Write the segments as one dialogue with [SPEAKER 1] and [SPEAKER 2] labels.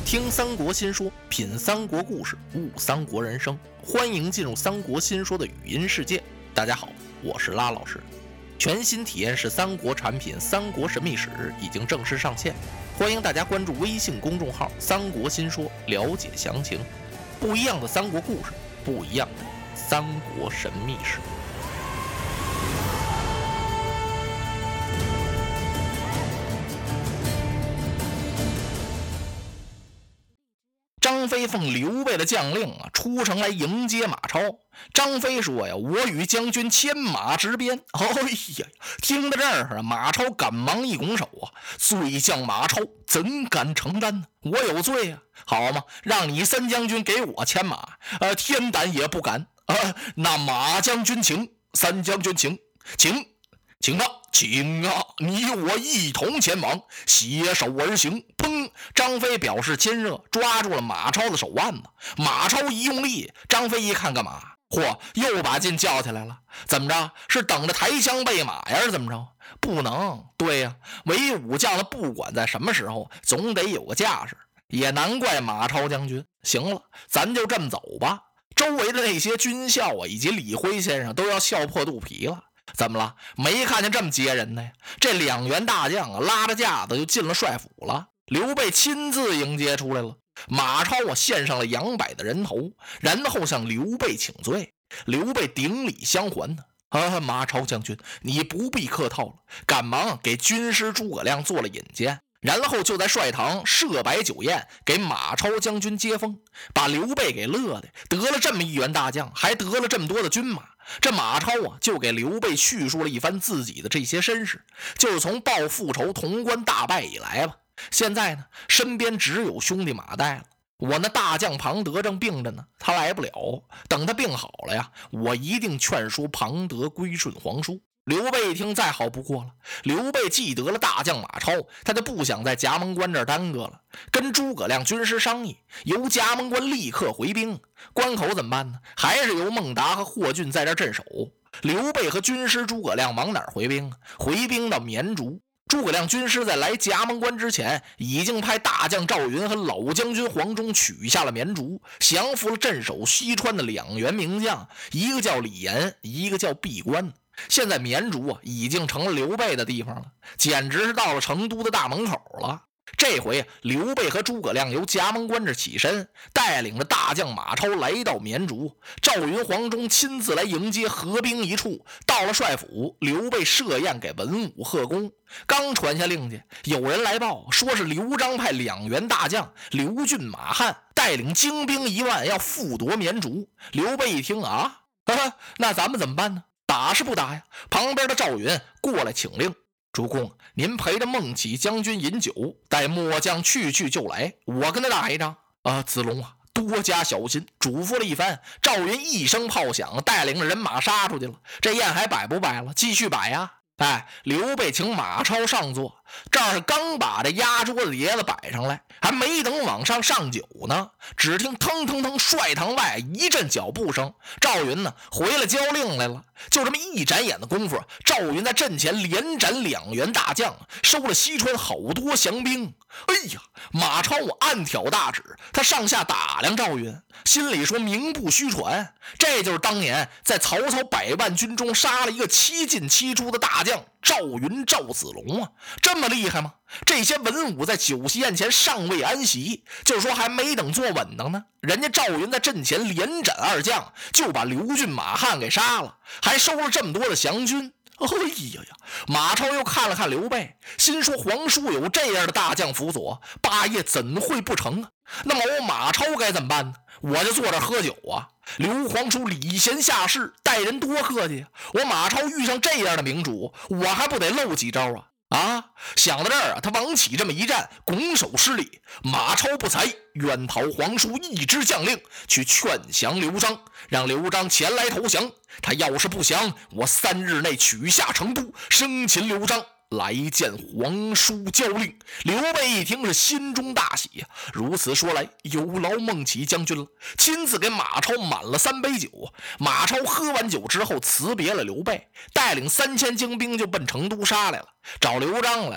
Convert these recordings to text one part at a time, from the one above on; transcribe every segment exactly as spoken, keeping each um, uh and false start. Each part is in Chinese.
[SPEAKER 1] 听三国新说，品三国故事，悟三国人生。欢迎进入三国新说的语音世界。大家好，我是拉老师。全新体验式三国产品《三国神秘史》已经正式上线，欢迎大家关注微信公众号“三国新说”了解详情。不一样的三国故事，不一样的三国神秘史。张飞奉刘备的将令啊，出城来迎接马超。张飞说呀：“我与将军牵马执鞭。”哎呀，听到这儿啊，马超赶忙一拱手啊：“罪将马超怎敢承担呢？我有罪呀、啊！好嘛，让你三将军给我牵马，呃，天胆也不敢啊。那马将军请，三将军请，请。”请吧，请啊！你我一同前往，携手而行。砰！张飞表示亲热，抓住了马超的手腕子。马超一用力，张飞一看干嘛？嚯，又把劲叫起来了。怎么着？是等着抬枪备马呀？是怎么着？不能。对呀、啊，为武将的不管在什么时候，总得有个架势。也难怪马超将军。行了，咱就这么走吧。周围的那些军校啊，以及李辉先生都要笑破肚皮了。怎么了？没看见这么接人的呀？这两员大将啊，拉着架子就进了帅府了。刘备亲自迎接出来了。马超啊，献上了杨百的人头，然后向刘备请罪。刘备顶礼相还呢。啊，马超将军，你不必客套了。赶忙给军师诸葛亮做了引荐，然后就在帅堂设摆酒宴，给马超将军接风，把刘备给乐的，得了这么一员大将，还得了这么多的军马。这马超啊，就给刘备叙述了一番自己的这些身世，就是从报复仇潼关大败以来吧。现在呢，身边只有兄弟马岱了。我那大将庞德正病着呢，他来不了。等他病好了呀，我一定劝说庞德归顺皇叔。刘备一听再好不过了。刘备既得了大将马超，他就不想在葭萌关这儿耽搁了，跟诸葛亮军师商议，由葭萌关立刻回兵。关口怎么办呢？还是由孟达和霍峻在这儿镇守。刘备和军师诸葛亮往哪儿回兵？回兵到绵竹。诸葛亮军师在来葭萌关之前，已经派大将赵云和老将军黄忠取下了绵竹，降服了镇守西川的两员名将，一个叫李严，一个叫闭关。现在绵竹啊，已经成了刘备的地方了，简直是到了成都的大门口了。这回刘备和诸葛亮由葭萌关这起身，带领着大将马超来到绵竹。赵云、黄忠亲自来迎接，合兵一处。到了帅府，刘备设宴给文武贺功。刚传下令去，有人来报，说是刘璋派两员大将刘俊、马汉带领精兵一万要复夺绵竹。刘备一听啊，呵呵，那咱们怎么办呢？打是不打呀？旁边的赵云过来请令：“主公，您陪着孟起将军饮酒，待末将去去就来，我跟他打一仗。”啊，子龙啊，多加小心，嘱咐了一番。赵云一声炮响，带领着人马杀出去了。这宴还摆不摆了？继续摆呀！哎，刘备请马超上座，这儿刚把这压桌子碟子摆上来，还没等往上上酒呢，只听腾腾腾，帅堂外一阵脚步声。赵云呢，回来交令来了。就这么一眨眼的功夫，赵云在阵前连斩两员大将，收了西川好多降兵。哎呀，马超我暗挑大指，他上下打量赵云，心里说名不虚传，这就是当年在曹操百万军中杀了一个七进七出的大将赵云赵子龙啊，这么厉害吗？这些文武在酒席宴前尚未安息，就是说还没等坐稳当呢，人家赵云在阵前连斩二将，就把刘俊、马汉给杀了，还收了这么多的降军。哎呀呀！马超又看了看刘备，心说皇叔有这样的大将辅佐，霸业怎会不成啊？那么我马超该怎么办呢？我就坐这喝酒啊！刘皇叔礼贤下士，待人多客气。我马超遇上这样的明主，我还不得露几招啊？啊！想到这儿啊，他往起这么一站，拱手施礼：“马超不才，愿讨皇叔一支将令，去劝降刘璋，让刘璋前来投降。他要是不降，我三日内取下成都，生擒刘璋，来见皇叔交令。”刘备一听是心中大喜呀、啊，如此说来，有劳孟起将军了，亲自给马超满了三杯酒。马超喝完酒之后辞别了刘备，带领三千精兵就奔成都杀来了，找刘璋来了。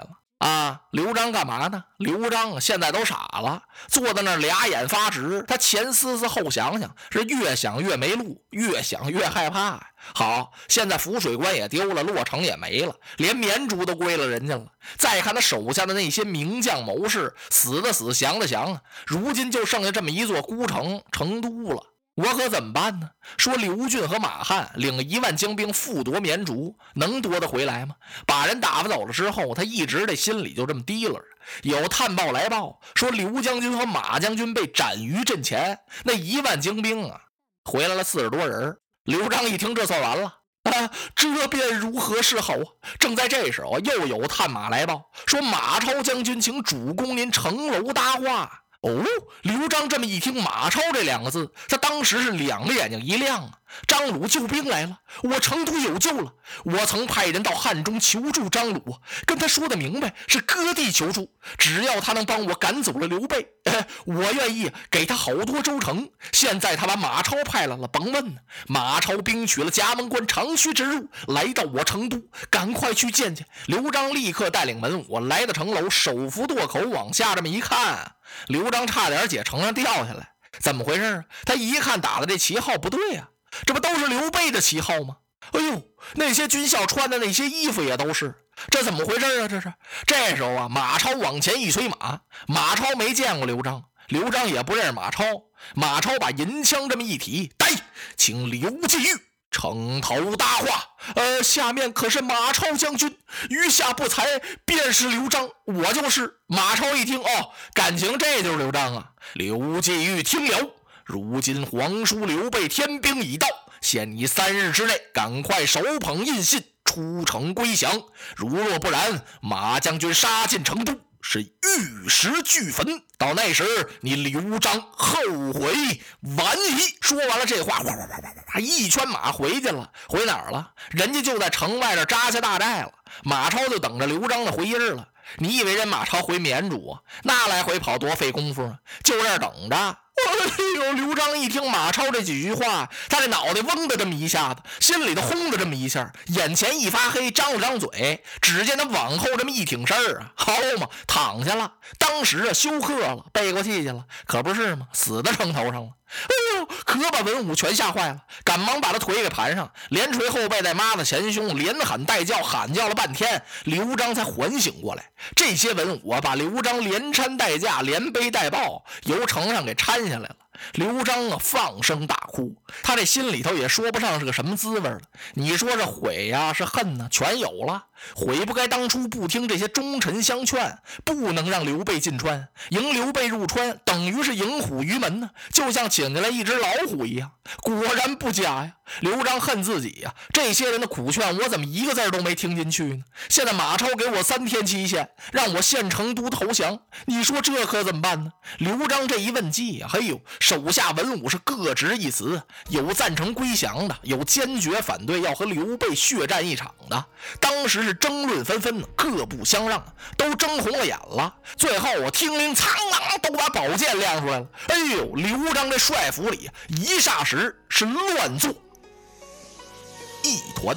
[SPEAKER 1] 啊，刘璋干嘛呢？刘璋现在都傻了，坐在那儿俩眼发直，他前思思后想想，是越想越没路，越想越害怕呀。好，现在浮水关也丢了，洛城也没了，连绵竹都归了人家了。再看他手下的那些名将谋士，死的死，降的降啊，如今就剩下这么一座孤城成都了。我可怎么办呢？说刘俊和马汉领了一万精兵复夺绵竹，能夺得回来吗？把人打发走了之后，他一直这心里就这么提了着。有探报来报说刘将军和马将军被斩于阵前，那一万精兵啊，回来了四十多人。刘璋一听，这算完了啊，这便如何是好啊？正在这时候，又有探马来报说马超将军请主公您城楼搭话。哦，刘璋这么一听马超这两个字，他当时是两个眼睛一亮啊！张鲁救兵来了，我成都有救了。我曾派人到汉中求助张鲁，跟他说的明白，是割地求助，只要他能帮我赶走了刘备，哎，我愿意给他好多州城。现在他把马超派来了，甭问呢。马超兵取了葭萌关，长驱直入，来到我成都，赶快去见见。刘璋立刻带领文武来到城楼，手扶垛口往下这么一看，刘璋差点解城上掉下来。怎么回事啊？他一看打的这旗号不对啊，这不都是刘备的旗号吗？哎呦，那些军校穿的那些衣服也都是，这怎么回事啊？这是这时候啊，马超往前一催马，马超没见过刘璋，刘璋也不认识马超，马超把银枪这么一提，呆，请刘季玉城头搭话。呃，下面可是马超将军，余下不才便是刘璋，我就是。马超一听，哦，感情这就是刘璋啊。刘季玉听了，如今皇叔刘备天兵已到，限你三日之内赶快手捧印信出城归降，如若不然，马将军杀进成都，是玉石俱焚，到那时你刘璋后悔晚矣。说完了这话，哗哗哗哗哗，一圈马回去了。回哪儿了？人家就在城外这扎下大寨了。马超就等着刘璋的回音了。你以为人马超回绵竹啊？那来回跑多费功夫啊！就这儿等着。哎呦，刘璋一听马超这几句话，他这脑袋嗡的这么一下子，心里头轰的这么一下，眼前一发黑，张了张嘴，只见他往后这么一挺身儿啊，好嘛，躺下了。当时啊，休克了，背过气去了，可不是吗？死在城头上了。哎呦，可把文武全吓坏了，赶忙把他腿给盘上，连捶后背，在妈的前胸，连喊带叫，喊叫了半天，刘璋才缓醒过来。这些文武啊，把刘璋连搀带架，连背带抱，由城上给搀下来了。刘璋啊，放声大哭，他这心里头也说不上是个什么滋味了。你说这悔呀、啊，是恨呢、啊，全有了。悔不该当初不听这些忠臣相劝，不能让刘备进川，迎刘备入川，等于是迎虎于门呢，就像请进来一只老虎一样。果然不假呀。刘璋恨自己呀，这些人的苦劝我怎么一个字都没听进去呢？现在马超给我三天期限，让我献成都投降，你说这可怎么办呢？刘璋这一问计呀，哎呦，手下文武是各执一词，有赞成归降的，有坚决反对要和刘备血战一场的。当时是争论纷纷，各不相让，都争红了眼了。最后我听令苍狼都把宝剑亮出来了。哎呦，刘璋这帅府里一霎时是乱作一团。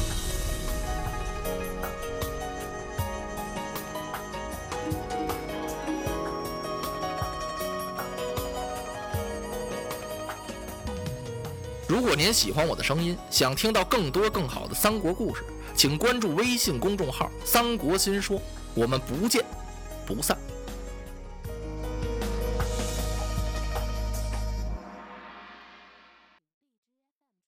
[SPEAKER 1] 如果您喜欢我的声音，想听到更多更好的三国故事，请关注微信公众号“三国新说”，我们不见不散。